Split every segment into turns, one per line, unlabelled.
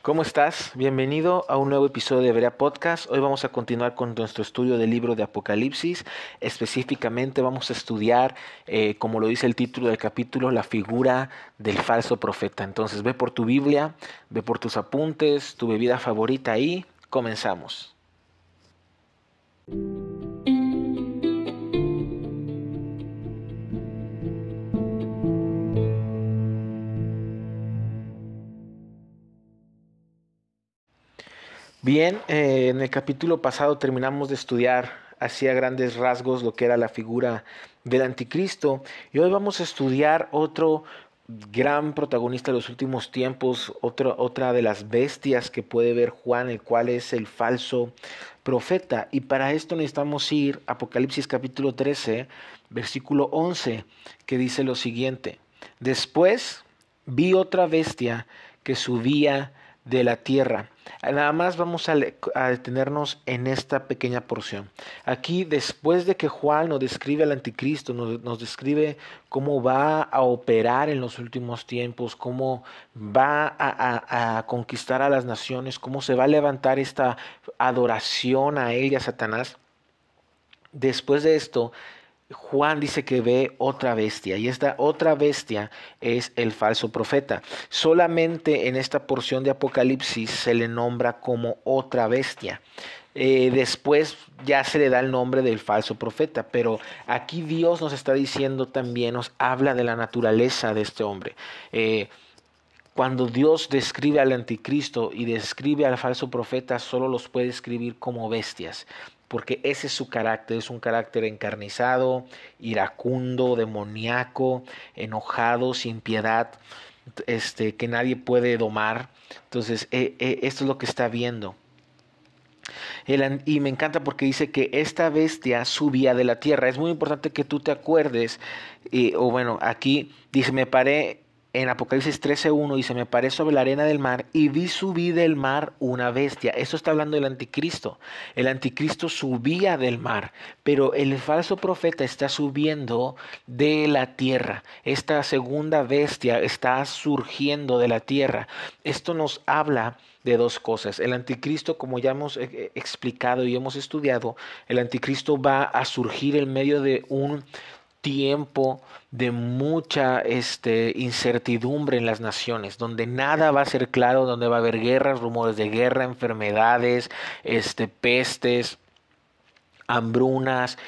¿Cómo estás? Bienvenido a un nuevo episodio de Berea Podcast. Hoy vamos a continuar con nuestro estudio del libro de Apocalipsis. Específicamente vamos a estudiar, como lo dice el título del capítulo, la figura del falso profeta. Entonces ve por tu Biblia, ve por tus apuntes, tu bebida favorita y comenzamos. Bien, en el capítulo pasado terminamos de estudiar así a grandes rasgos lo que era la figura del anticristo y hoy vamos a estudiar otro gran protagonista de los últimos tiempos, otra de las bestias que puede ver Juan, el cual es el falso profeta. Y para esto necesitamos ir a Apocalipsis capítulo 13, versículo 11, que dice lo siguiente: Después vi otra bestia que subía de la tierra. Nada más vamos a detenernos en esta pequeña porción. Aquí, después de que Juan nos describe al anticristo, nos describe cómo va a operar en los últimos tiempos, cómo va a conquistar a las naciones, cómo se va a levantar esta adoración a él y a Satanás. Después de esto, Juan dice que ve otra bestia y esta otra bestia es el falso profeta. Solamente en esta porción de Apocalipsis se le nombra como otra bestia. Después ya se le da el nombre del falso profeta, pero aquí Dios nos está diciendo también, nos habla de la naturaleza de este hombre. Cuando Dios describe al anticristo y describe al falso profeta, solo los puede escribir como bestias, porque ese es su carácter, es un carácter encarnizado, iracundo, demoníaco, enojado, sin piedad, que nadie puede domar. Entonces, esto es lo que está viendo. Y me encanta porque dice que esta bestia subía de la tierra. Es muy importante que tú te acuerdes, o bueno, aquí dice, me paré en Apocalipsis 13:1, dice, me paré sobre la arena del mar y vi subir del mar una bestia. Esto está hablando del anticristo. El anticristo subía del mar, pero el falso profeta está subiendo de la tierra. Esta segunda bestia está surgiendo de la tierra. Esto nos habla de dos cosas. El anticristo, como ya hemos explicado y hemos estudiado, el anticristo va a surgir en medio de un tiempo de mucha incertidumbre en las naciones, donde nada va a ser claro, donde va a haber guerras, rumores de guerra, enfermedades, pestes, hambrunas,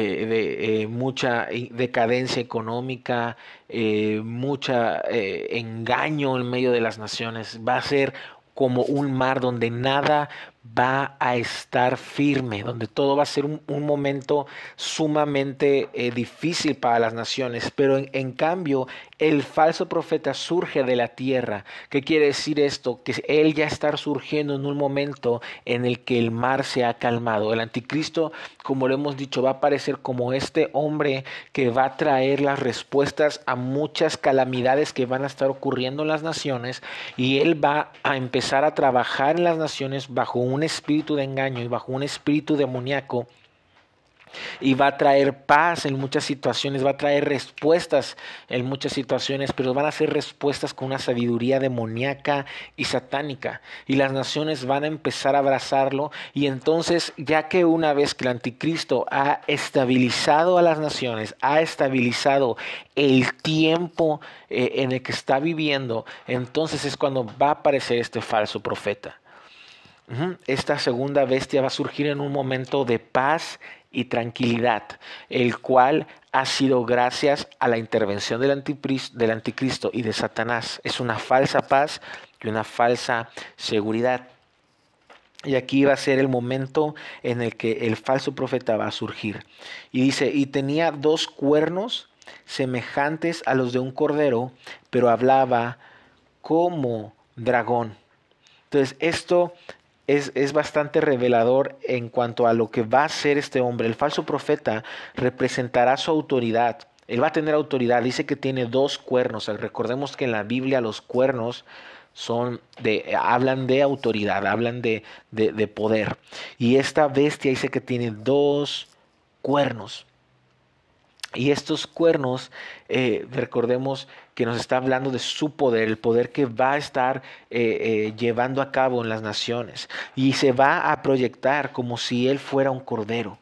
mucha decadencia económica, mucha engaño en medio de las naciones. Va a ser como un mar donde nada va a estar firme, donde todo va a ser un momento sumamente difícil para las naciones, pero en cambio el falso profeta surge de la tierra. ¿Qué quiere decir esto? Que él ya está surgiendo en un momento en el que el mar se ha calmado. El anticristo, como lo hemos dicho, va a aparecer como este hombre que va a traer las respuestas a muchas calamidades que van a estar ocurriendo en las naciones, y él va a empezar a trabajar en las naciones bajo un espíritu de engaño y bajo un espíritu demoníaco, y va a traer paz en muchas situaciones, va a traer respuestas en muchas situaciones, pero van a ser respuestas con una sabiduría demoníaca y satánica, y las naciones van a empezar a abrazarlo. Y entonces, ya que una vez que el anticristo ha estabilizado a las naciones, ha estabilizado el tiempo en el que está viviendo, entonces es cuando va a aparecer este falso profeta. Esta segunda bestia va a surgir en un momento de paz y tranquilidad, el cual ha sido gracias a la intervención del anticristo y de Satanás. Es una falsa paz y una falsa seguridad. Y aquí va a ser el momento en el que el falso profeta va a surgir. Y dice, y tenía dos cuernos semejantes a los de un cordero, pero hablaba como dragón. Entonces, esto es bastante revelador en cuanto a lo que va a ser este hombre. El falso profeta representará su autoridad. Él va a tener autoridad. Dice que tiene dos cuernos. Recordemos que en la Biblia los cuernos hablan de autoridad, hablan de poder. Y esta bestia dice que tiene dos cuernos. Y estos cuernos, recordemos que nos está hablando de su poder, el poder que va a estar llevando a cabo en las naciones. Y se va a proyectar como si él fuera un cordero.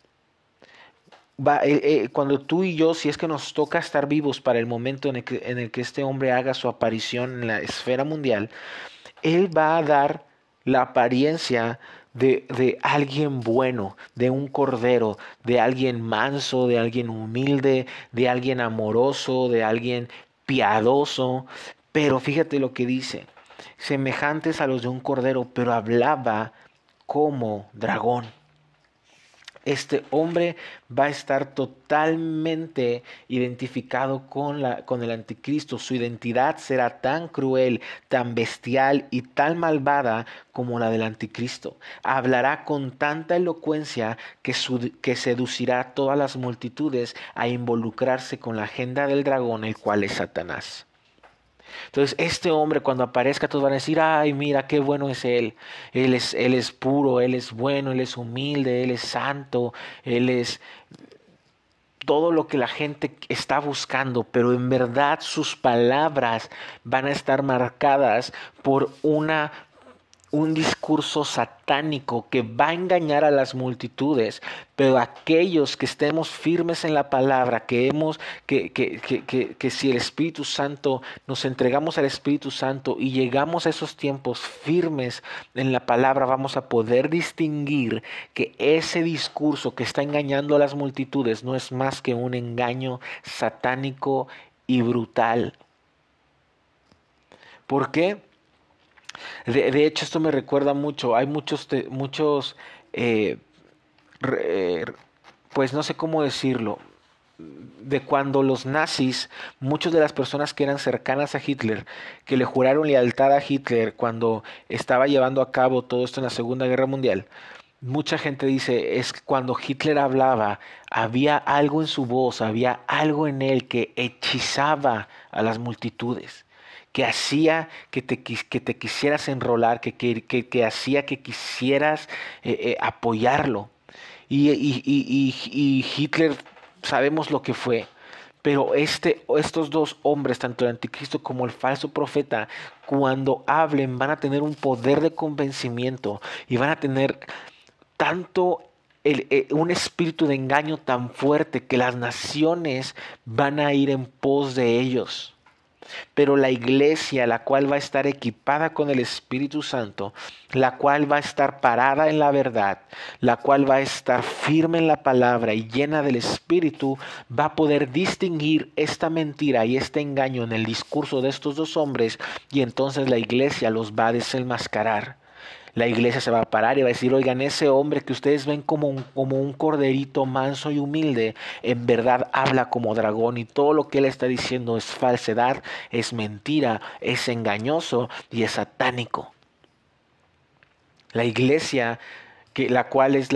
Cuando tú y yo, si es que nos toca estar vivos para el momento en el que este hombre haga su aparición en la esfera mundial, él va a dar la apariencia de alguien bueno, de un cordero, de alguien manso, de alguien humilde, de alguien amoroso, de alguien piadoso. Pero fíjate lo que dice, semejantes a los de un cordero, pero hablaba como dragón. Este hombre va a estar totalmente identificado con el anticristo. Su identidad será tan cruel, tan bestial y tan malvada como la del anticristo. Hablará con tanta elocuencia que seducirá a todas las multitudes a involucrarse con la agenda del dragón, el cual es Satanás. Entonces, este hombre cuando aparezca, todos van a decir, ay, mira, qué bueno es él. Él es puro, él es bueno, él es humilde, él es santo, él es todo lo que la gente está buscando, pero en verdad sus palabras van a estar marcadas por un discurso satánico que va a engañar a las multitudes, pero aquellos que estemos firmes en la palabra, que si el Espíritu Santo, nos entregamos al Espíritu Santo y llegamos a esos tiempos firmes en la palabra, vamos a poder distinguir que ese discurso que está engañando a las multitudes no es más que un engaño satánico y brutal. ¿Por qué? De hecho, esto me recuerda mucho. Hay eh, re- pues no sé cómo decirlo, de cuando los nazis, muchas de las personas que eran cercanas a Hitler, que le juraron lealtad a Hitler cuando estaba llevando a cabo todo esto en la Segunda Guerra Mundial, mucha gente dice, es que cuando Hitler hablaba, había algo en su voz, había algo en él que hechizaba a las multitudes, que hacía que te quisieras enrolar, que hacía que quisieras apoyarlo. Y Hitler sabemos lo que fue. Pero estos dos hombres, tanto el anticristo como el falso profeta, cuando hablen van a tener un poder de convencimiento y van a tener tanto un espíritu de engaño tan fuerte que las naciones van a ir en pos de ellos. Pero la iglesia, la cual va a estar equipada con el Espíritu Santo, la cual va a estar parada en la verdad, la cual va a estar firme en la palabra y llena del Espíritu, va a poder distinguir esta mentira y este engaño en el discurso de estos dos hombres, y entonces la iglesia los va a desenmascarar. La iglesia se va a parar y va a decir, oigan, ese hombre que ustedes ven como un corderito manso y humilde, en verdad habla como dragón y todo lo que él está diciendo es falsedad, es mentira, es engañoso y es satánico. La iglesia, la cual es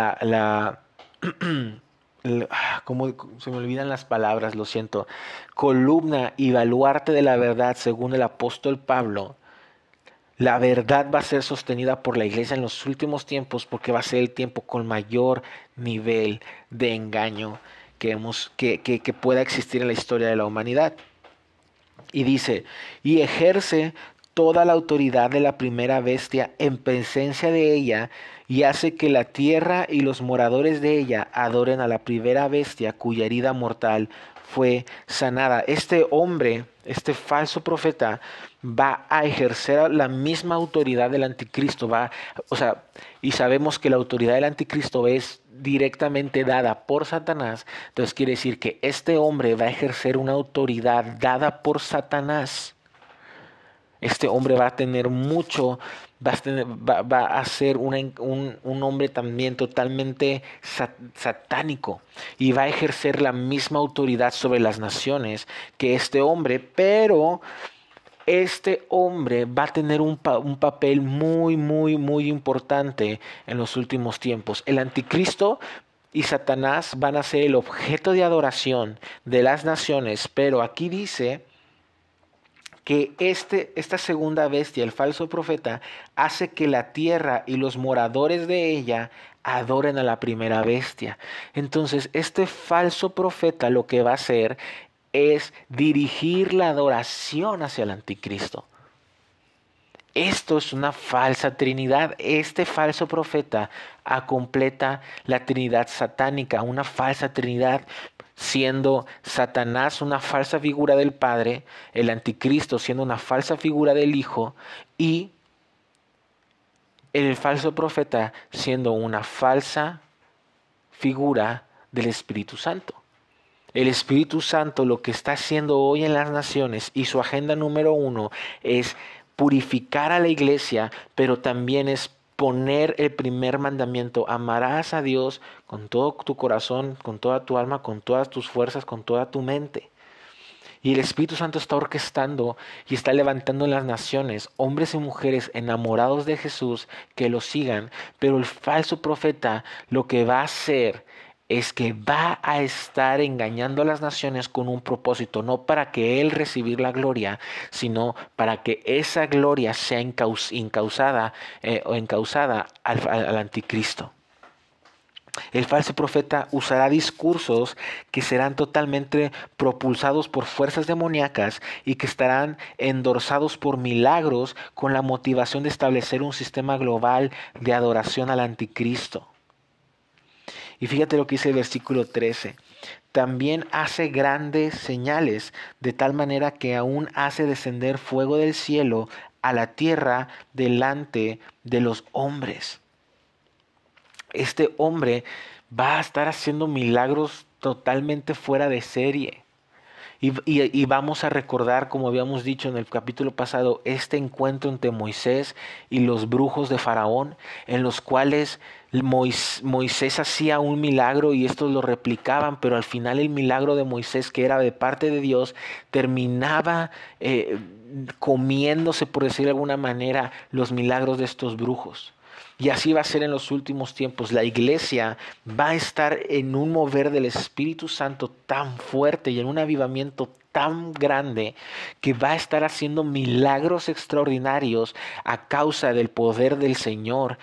como se me olvidan las palabras, lo siento, columna y baluarte de la verdad según el apóstol Pablo. La verdad va a ser sostenida por la iglesia en los últimos tiempos porque va a ser el tiempo con mayor nivel de engaño que pueda existir en la historia de la humanidad. Y dice, y ejerce toda la autoridad de la primera bestia en presencia de ella y hace que la tierra y los moradores de ella adoren a la primera bestia cuya herida mortal fue sanada. Este hombre, este falso profeta, va a ejercer la misma autoridad del anticristo, o sea, y sabemos que la autoridad del anticristo es directamente dada por Satanás, entonces quiere decir que este hombre va a ejercer una autoridad dada por Satanás. Este hombre va a tener mucho, va a ser un hombre también totalmente satánico y va a ejercer la misma autoridad sobre las naciones que este hombre, pero este hombre va a tener un papel muy, muy, muy importante en los últimos tiempos. El anticristo y Satanás van a ser el objeto de adoración de las naciones, pero aquí dice que esta segunda bestia, el falso profeta, hace que la tierra y los moradores de ella adoren a la primera bestia. Entonces, este falso profeta lo que va a hacer es dirigir la adoración hacia el anticristo. Esto es una falsa trinidad. Este falso profeta completa la trinidad satánica, una falsa trinidad, siendo Satanás una falsa figura del Padre, el anticristo siendo una falsa figura del Hijo y el falso profeta siendo una falsa figura del Espíritu Santo. El Espíritu Santo lo que está haciendo hoy en las naciones y su agenda número 1 es purificar a la iglesia, pero también es poner el primer mandamiento: amarás a Dios con todo tu corazón, con toda tu alma, con todas tus fuerzas, con toda tu mente. Y el Espíritu Santo está orquestando y está levantando en las naciones hombres y mujeres enamorados de Jesús que lo sigan, pero el falso profeta lo que va a hacer es que va a estar engañando a las naciones con un propósito, no para que él recibir la gloria, sino para que esa gloria sea encausada al anticristo. El falso profeta usará discursos que serán totalmente propulsados por fuerzas demoníacas y que estarán endorsados por milagros con la motivación de establecer un sistema global de adoración al anticristo. Y fíjate lo que dice el versículo 13. También hace grandes señales, de tal manera que aún hace descender fuego del cielo a la tierra delante de los hombres. Este hombre va a estar haciendo milagros totalmente fuera de serie. Y vamos a recordar, como habíamos dicho en el capítulo pasado, este encuentro entre Moisés y los brujos de Faraón, en los cuales Moisés hacía un milagro y estos lo replicaban, pero al final el milagro de Moisés, que era de parte de Dios, terminaba comiéndose, por decir de alguna manera, los milagros de estos brujos. Y así va a ser en los últimos tiempos. La iglesia va a estar en un mover del Espíritu Santo tan fuerte y en un avivamiento tan grande que va a estar haciendo milagros extraordinarios a causa del poder del Señor.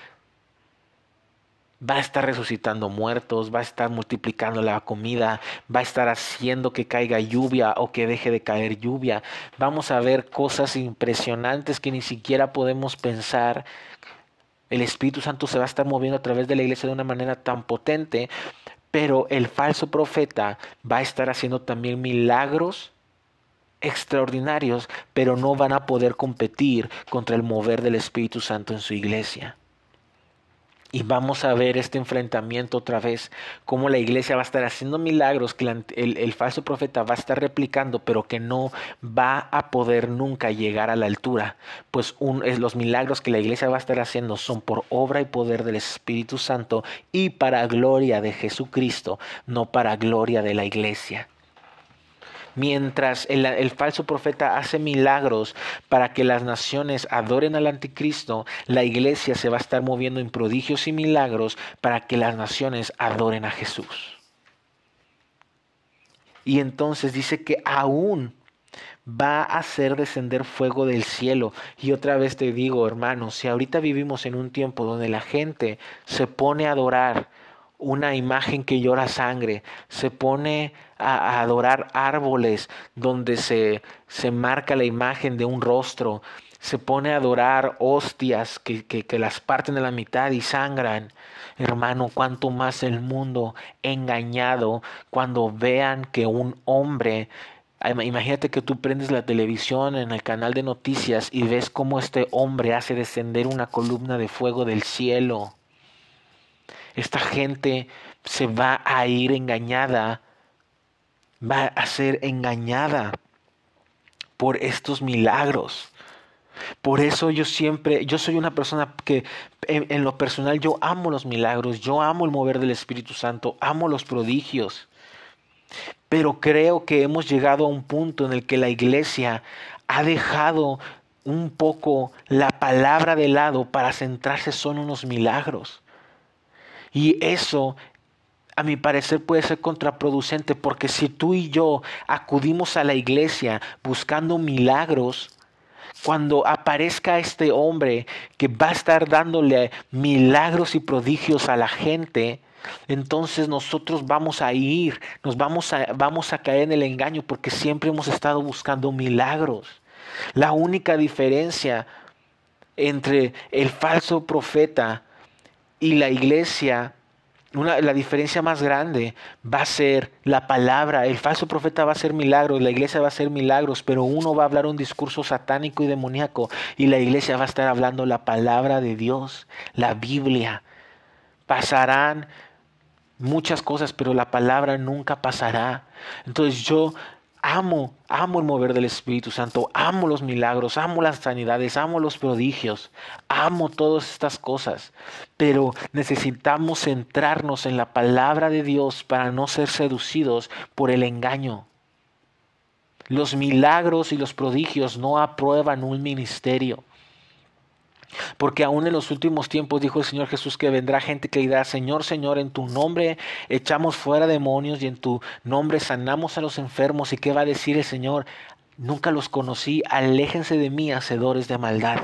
Va a estar resucitando muertos, va a estar multiplicando la comida, va a estar haciendo que caiga lluvia o que deje de caer lluvia. Vamos a ver cosas impresionantes que ni siquiera podemos pensar. El Espíritu Santo se va a estar moviendo a través de la iglesia de una manera tan potente, pero el falso profeta va a estar haciendo también milagros extraordinarios, pero no van a poder competir contra el mover del Espíritu Santo en su iglesia. Y vamos a ver este enfrentamiento otra vez, cómo la iglesia va a estar haciendo milagros que el falso profeta va a estar replicando, pero que no va a poder nunca llegar a la altura. Pues los milagros que la iglesia va a estar haciendo son por obra y poder del Espíritu Santo y para gloria de Jesucristo, no para gloria de la iglesia. Mientras el falso profeta hace milagros para que las naciones adoren al anticristo, la iglesia se va a estar moviendo en prodigios y milagros para que las naciones adoren a Jesús. Y entonces dice que aún va a hacer descender fuego del cielo. Y otra vez te digo, hermanos, si ahorita vivimos en un tiempo donde la gente se pone a adorar una imagen que llora sangre, se pone a adorar árboles donde se marca la imagen de un rostro, se pone a adorar hostias que las parten a la mitad y sangran. Hermano, cuánto más el mundo engañado cuando vean que un hombre... Imagínate que tú prendes la televisión en el canal de noticias y ves cómo este hombre hace descender una columna de fuego del cielo. Esta gente se va a ir engañada, va a ser engañada por estos milagros. Por eso yo soy una persona que en lo personal yo amo los milagros, yo amo el mover del Espíritu Santo, amo los prodigios. Pero creo que hemos llegado a un punto en el que la iglesia ha dejado un poco la palabra de lado para centrarse solo en los milagros. Y eso a mi parecer puede ser contraproducente, porque si tú y yo acudimos a la iglesia buscando milagros, cuando aparezca este hombre que va a estar dándole milagros y prodigios a la gente, entonces nosotros vamos a ir, vamos a caer en el engaño, porque siempre hemos estado buscando milagros. La única diferencia entre el falso profeta y la iglesia, la diferencia más grande va a ser la palabra. El falso profeta va a hacer milagros, la iglesia va a hacer milagros, pero uno va a hablar un discurso satánico y demoníaco y la iglesia va a estar hablando la palabra de Dios, la Biblia. Pasarán muchas cosas, pero la palabra nunca pasará. Entonces yo amo el mover del Espíritu Santo, amo los milagros, amo las sanidades, amo los prodigios, amo todas estas cosas, pero necesitamos centrarnos en la palabra de Dios para no ser seducidos por el engaño. Los milagros y los prodigios no aprueban un ministerio. Porque aún en los últimos tiempos dijo el Señor Jesús que vendrá gente que dirá: Señor, Señor, en tu nombre echamos fuera demonios y en tu nombre sanamos a los enfermos. ¿Y qué va a decir el Señor? Nunca los conocí, aléjense de mí, hacedores de maldad.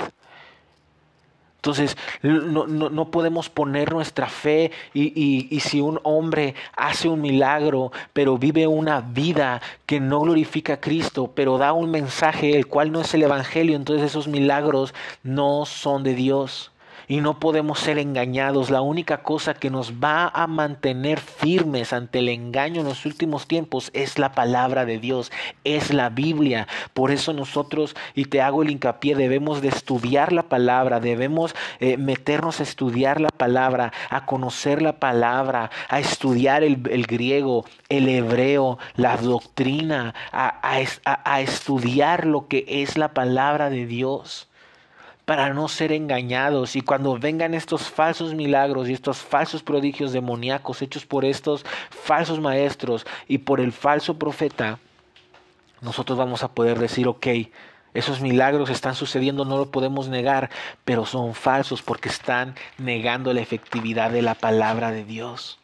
Entonces no podemos poner nuestra fe y si un hombre hace un milagro, pero vive una vida que no glorifica a Cristo, pero da un mensaje el cual no es el Evangelio, entonces esos milagros no son de Dios. Y no podemos ser engañados. La única cosa que nos va a mantener firmes ante el engaño en los últimos tiempos es la palabra de Dios, es la Biblia. Por eso nosotros, y te hago el hincapié, debemos de estudiar la palabra, debemos meternos a estudiar la palabra, a conocer la palabra, a estudiar el griego, el hebreo, la doctrina, a estudiar lo que es la palabra de Dios, para no ser engañados. Y cuando vengan estos falsos milagros y estos falsos prodigios demoníacos hechos por estos falsos maestros y por el falso profeta, nosotros vamos a poder decir: ok, esos milagros están sucediendo, no lo podemos negar, pero son falsos porque están negando la efectividad de la palabra de Dios.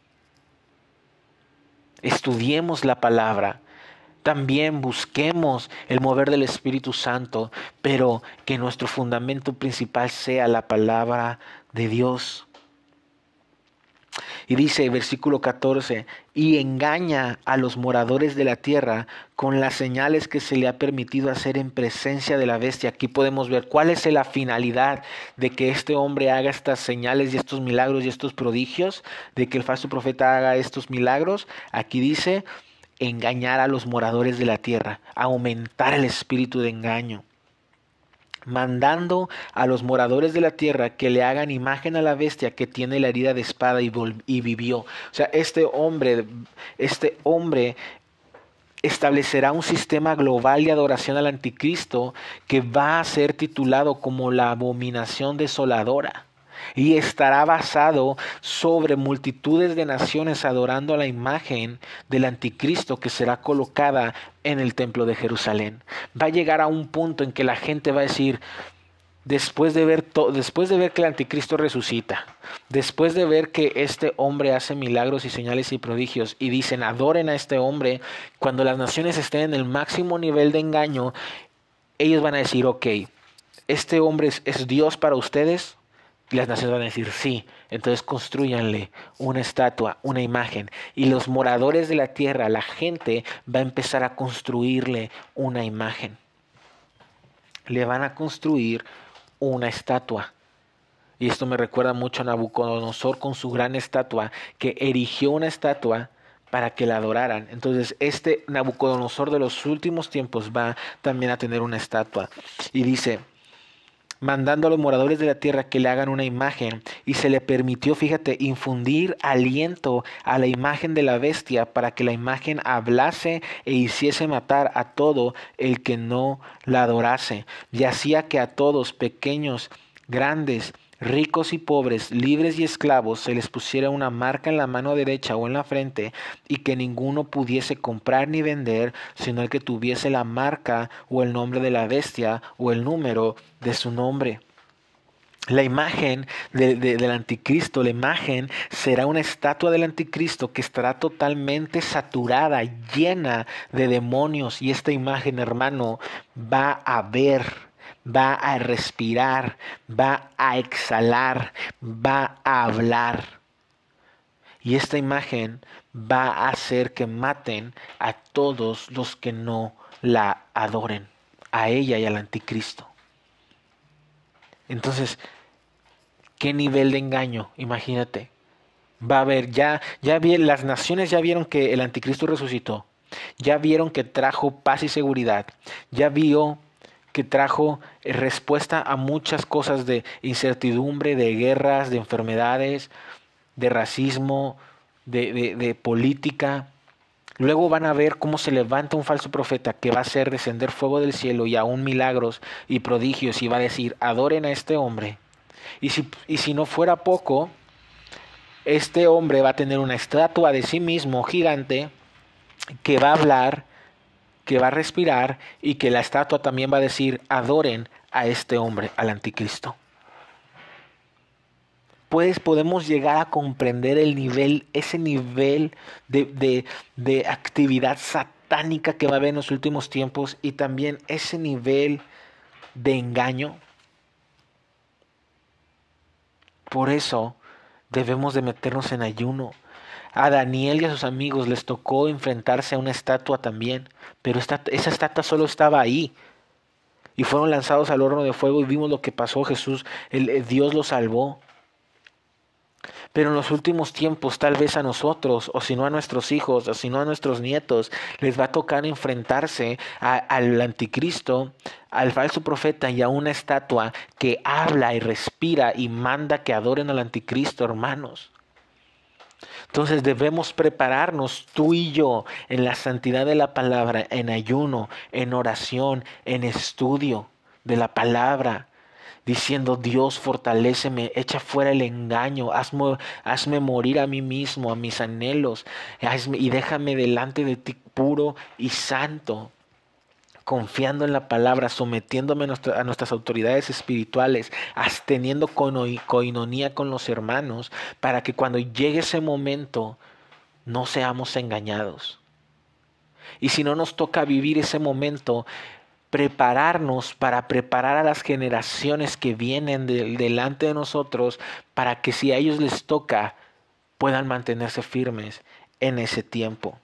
Estudiemos la palabra. También busquemos el mover del Espíritu Santo, pero que nuestro fundamento principal sea la palabra de Dios. Y dice versículo 14: y engaña a los moradores de la tierra con las señales que se le ha permitido hacer en presencia de la bestia. Aquí podemos ver cuál es la finalidad de que este hombre haga estas señales y estos milagros y estos prodigios, de que el falso profeta haga estos milagros. Aquí dice: engañar a los moradores de la tierra, aumentar el espíritu de engaño, mandando a los moradores de la tierra que le hagan imagen a la bestia que tiene la herida de espada y vivió. O sea, este hombre establecerá un sistema global de adoración al anticristo que va a ser titulado como la abominación desoladora. Y estará basado sobre multitudes de naciones adorando a la imagen del anticristo que será colocada en el templo de Jerusalén. Va a llegar a un punto en que la gente va a decir, después de ver que el anticristo resucita, después de ver que este hombre hace milagros y señales y prodigios, y dicen: adoren a este hombre, cuando las naciones estén en el máximo nivel de engaño, ellos van a decir: ok, este hombre es Dios para ustedes. Y las naciones van a decir: sí. Entonces construyanle una estatua, una imagen. Y los moradores de la tierra, la gente, va a empezar a construirle una imagen. Le van a construir una estatua. Y esto me recuerda mucho a Nabucodonosor con su gran estatua, que erigió una estatua para que la adoraran. Entonces este Nabucodonosor de los últimos tiempos va también a tener una estatua. Y dice: mandando a los moradores de la tierra que le hagan una imagen, y se le permitió, fíjate, infundir aliento a la imagen de la bestia para que la imagen hablase e hiciese matar a todo el que no la adorase, y hacía que a todos, pequeños, grandes, ricos y pobres, libres y esclavos, se les pusiera una marca en la mano derecha o en la frente, y que ninguno pudiese comprar ni vender, sino el que tuviese la marca o el nombre de la bestia o el número de su nombre. La imagen del anticristo, la imagen será una estatua del anticristo que estará totalmente saturada, llena de demonios. Y esta imagen, hermano, va a ver, va a respirar, va a exhalar, va a hablar. Y esta imagen va a hacer que maten a todos los que no la adoren, a ella y al anticristo. Entonces, ¿qué nivel de engaño? Imagínate. Va a haber, las naciones ya vieron que el anticristo resucitó. Ya vieron que trajo paz y seguridad. Ya vio que trajo respuesta a muchas cosas de incertidumbre, de guerras, de enfermedades, de racismo, de política. Luego van a ver cómo se levanta un falso profeta que va a hacer descender fuego del cielo y aún milagros y prodigios y va a decir, adoren a este hombre. Y si no fuera poco, este hombre va a tener una estatua de sí mismo gigante que va a hablar, que va a respirar y que la estatua también va a decir, adoren a este hombre, al anticristo. Pues podemos llegar a comprender ese nivel de actividad satánica que va a haber en los últimos tiempos y también ese nivel de engaño. Por eso debemos de meternos en ayuno. A Daniel y a sus amigos les tocó enfrentarse a una estatua también, pero esa estatua solo estaba ahí. Y fueron lanzados al horno de fuego y vimos lo que pasó. Dios los salvó. Pero en los últimos tiempos, tal vez a nosotros, o si no a nuestros hijos, o si no a nuestros nietos, les va a tocar enfrentarse al anticristo, al falso profeta y a una estatua que habla y respira y manda que adoren al anticristo, hermanos. Entonces debemos prepararnos tú y yo en la santidad de la palabra, en ayuno, en oración, en estudio de la palabra, diciendo, Dios, fortaléceme, echa fuera el engaño, hazme morir a mí mismo, a mis anhelos, y déjame delante de ti puro y santo, confiando en la palabra, sometiéndome a nuestras autoridades espirituales, teniendo coinonía con los hermanos, para que cuando llegue ese momento no seamos engañados. Y si no nos toca vivir ese momento, prepararnos para preparar a las generaciones que vienen delante de nosotros, para que si a ellos les toca, puedan mantenerse firmes en ese tiempo.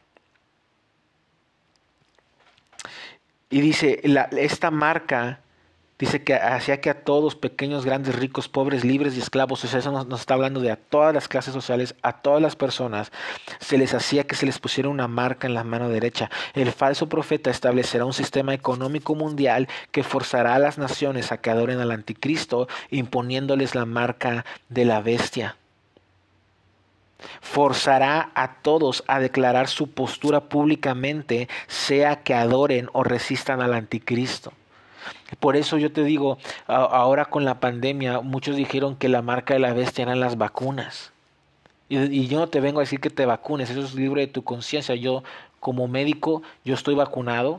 Y dice, esta marca, dice que hacía que a todos, pequeños, grandes, ricos, pobres, libres y esclavos, o sea, eso nos está hablando de a todas las clases sociales, a todas las personas, se les hacía que se les pusiera una marca en la mano derecha. El falso profeta establecerá un sistema económico mundial que forzará a las naciones a que adoren al anticristo, imponiéndoles la marca de la bestia. Forzará a todos a declarar su postura públicamente, sea que adoren o resistan al anticristo. Por eso yo te digo, ahora con la pandemia, muchos dijeron que la marca de la bestia eran las vacunas. Y yo no te vengo a decir que te vacunes, eso es libre de tu conciencia. Yo, como médico, yo estoy vacunado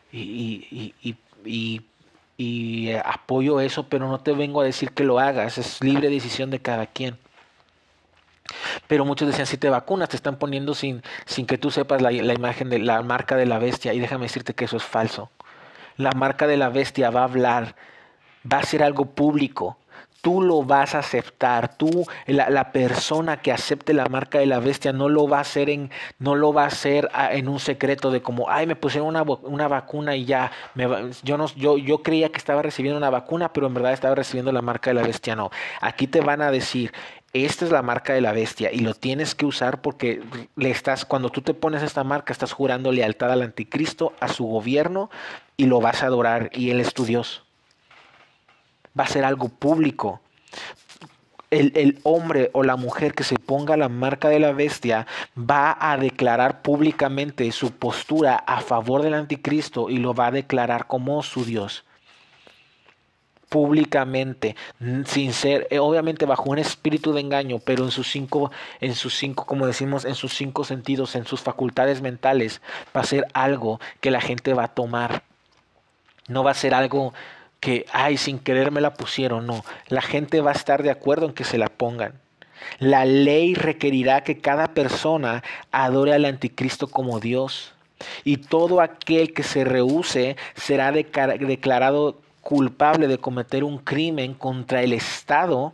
y apoyo eso, pero no te vengo a decir que lo hagas, es libre decisión de cada quien. Pero muchos decían, si te vacunas, te están poniendo sin que tú sepas la imagen de la marca de la bestia. Y déjame decirte que eso es falso. La marca de la bestia va a hablar, va a ser algo público. Tú lo vas a aceptar. La persona que acepte la marca de la bestia no lo va a hacer en un secreto de como, ay, me pusieron una vacuna y ya. Yo creía que estaba recibiendo una vacuna, pero en verdad estaba recibiendo la marca de la bestia. No. Aquí te van a decir, esta es la marca de la bestia y lo tienes que usar porque cuando tú te pones esta marca, estás jurando lealtad al anticristo, a su gobierno, y lo vas a adorar, y él es tu Dios. Va a ser algo público. El hombre o la mujer que se ponga la marca de la bestia va a declarar públicamente su postura a favor del anticristo y lo va a declarar como su Dios. Públicamente, sin ser, obviamente bajo un espíritu de engaño, pero en sus cinco, como decimos, en sus cinco sentidos, en sus facultades mentales, va a ser algo que la gente va a tomar. No va a ser algo que, ay, sin querer me la pusieron. No, la gente va a estar de acuerdo en que se la pongan. La ley requerirá que cada persona adore al anticristo como Dios. Y todo aquel que se rehúse será declarado culpable de cometer un crimen contra el Estado,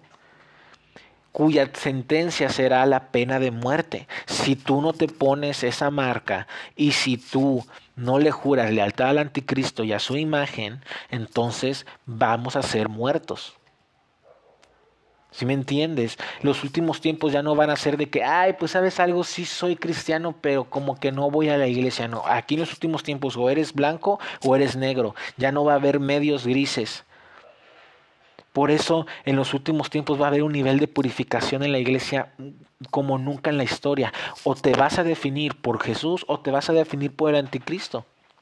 cuya sentencia será la pena de muerte. Si tú no te pones esa marca y si tú no le juras lealtad al anticristo y a su imagen, entonces vamos a ser muertos. ¿Sí me entiendes? Los últimos tiempos ya no van a ser de que, ay, pues sabes algo, sí soy cristiano, pero como que no voy a la iglesia. No, aquí en los últimos tiempos o eres blanco o eres negro. Ya no va a haber medios grises. Por eso en los últimos tiempos va a haber un nivel de purificación en la iglesia como nunca en la historia. O te vas a definir por Jesús o te vas a definir por el anticristo.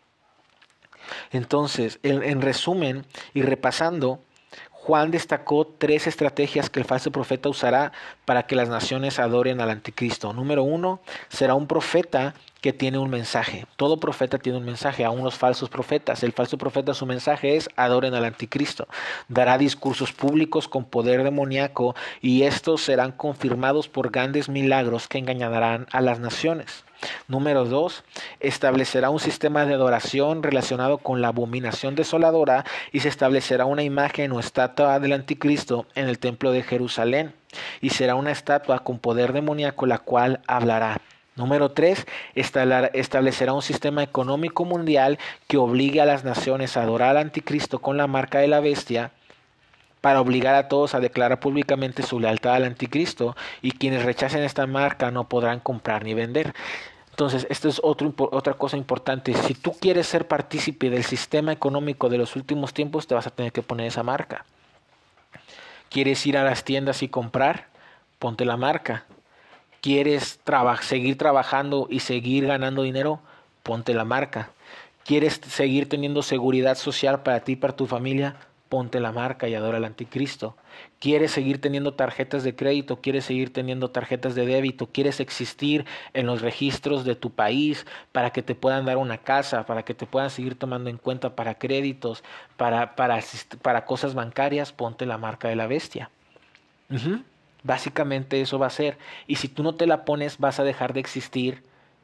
Entonces, en resumen y repasando, Juan destacó 3 estrategias que el falso profeta usará para que las naciones adoren al anticristo. Número 1, será un profeta que tiene un mensaje. Todo profeta tiene un mensaje, aún los falsos profetas. El falso profeta, su mensaje es adoren al anticristo. Dará discursos públicos con poder demoníaco y estos serán confirmados por grandes milagros que engañarán a las naciones. Número 2, establecerá un sistema de adoración relacionado con la abominación desoladora y se establecerá una imagen o estatua del anticristo en el templo de Jerusalén y será una estatua con poder demoníaco la cual hablará. Número 3, establecerá un sistema económico mundial que obligue a las naciones a adorar al anticristo con la marca de la bestia para obligar a todos a declarar públicamente su lealtad al anticristo y quienes rechacen esta marca no podrán comprar ni vender. Entonces, esto es otra cosa importante. Si tú quieres ser partícipe del sistema económico de los últimos tiempos, te vas a tener que poner esa marca. ¿Quieres ir a las tiendas y comprar? Ponte la marca. ¿Quieres seguir trabajando y seguir ganando dinero? Ponte la marca. ¿Quieres seguir teniendo seguridad social para ti y para tu familia? Ponte la marca y adora al anticristo. ¿Quieres seguir teniendo tarjetas de crédito? ¿Quieres seguir teniendo tarjetas de débito? ¿Quieres existir en los registros de tu país para que te puedan dar una casa, para que te puedan seguir tomando en cuenta para créditos, para cosas bancarias? Ponte la marca de la bestia. Ujú. Básicamente eso va a ser. Y si tú no te la pones, vas a dejar de existir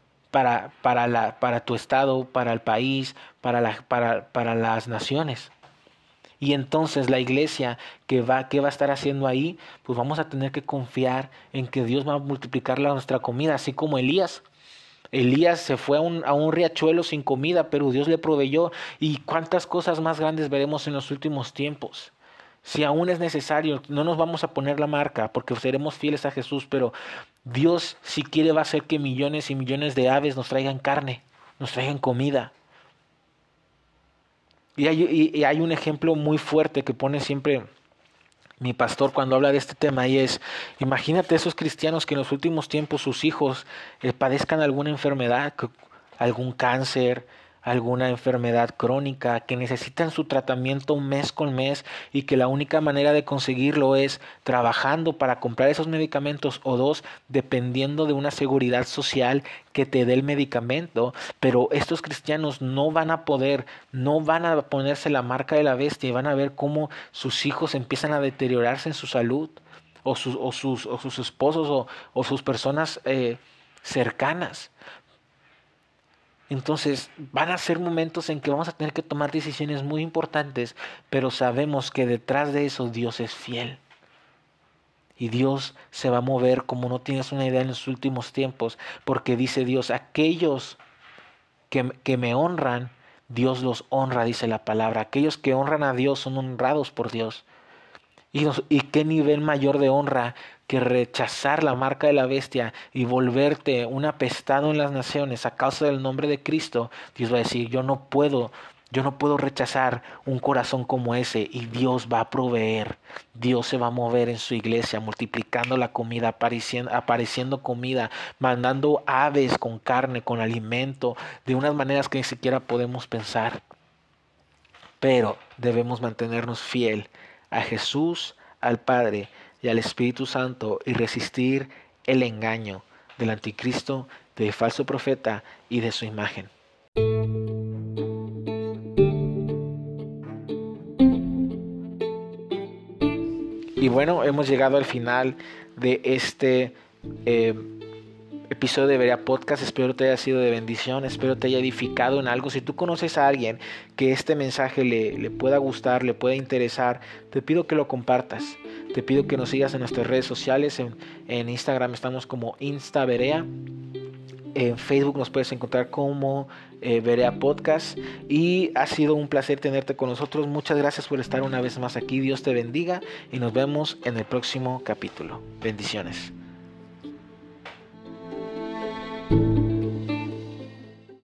para tu estado, para el país, para las naciones. Y entonces la iglesia ¿qué va a estar haciendo ahí? Pues vamos a tener que confiar en que Dios va a multiplicar nuestra comida, así como Elías. Elías se fue a un riachuelo sin comida, pero Dios le proveyó. ¿Y cuántas cosas más grandes veremos en los últimos tiempos? Si aún es necesario, no nos vamos a poner la marca porque seremos fieles a Jesús, pero Dios, si quiere, va a hacer que millones y millones de aves nos traigan carne, nos traigan comida. Y hay un ejemplo muy fuerte que pone siempre mi pastor cuando habla de este tema y es, imagínate esos cristianos que en los últimos tiempos sus hijos padezcan alguna enfermedad, algún cáncer, alguna enfermedad crónica, que necesitan su tratamiento mes con mes y que la única manera de conseguirlo es trabajando para comprar esos medicamentos o dos, dependiendo de una seguridad social que te dé el medicamento, pero estos cristianos no van a poder, no van a ponerse la marca de la bestia y van a ver cómo sus hijos empiezan a deteriorarse en su salud o sus esposos o sus personas cercanas. Entonces van a ser momentos en que vamos a tener que tomar decisiones muy importantes, pero sabemos que detrás de eso Dios es fiel. Y Dios se va a mover como no tienes una idea en los últimos tiempos, porque dice Dios, aquellos que me honran, Dios los honra, dice la palabra. Aquellos que honran a Dios son honrados por Dios. Y qué nivel mayor de honra que rechazar la marca de la bestia y volverte un apestado en las naciones a causa del nombre de Cristo. Dios va a decir, yo no puedo rechazar un corazón como ese y Dios va a proveer. Dios se va a mover en su iglesia, multiplicando la comida, apareciendo comida, mandando aves con carne, con alimento, de unas maneras que ni siquiera podemos pensar. Pero debemos mantenernos fiel a Jesús, al Padre y al Espíritu Santo y resistir el engaño del anticristo, del falso profeta y de su imagen. Y bueno, hemos llegado al final de este episodio de Berea Podcast. Espero te haya sido de bendición, espero te haya edificado en algo. Si tú conoces a alguien que este mensaje le pueda gustar, le pueda interesar, te pido que lo compartas. Te pido que nos sigas en nuestras redes sociales. En Instagram estamos como InstaBerea. En Facebook nos puedes encontrar como Berea Podcast. Y ha sido un placer tenerte con nosotros. Muchas gracias por estar una vez más aquí. Dios te bendiga y nos vemos en el próximo capítulo. Bendiciones.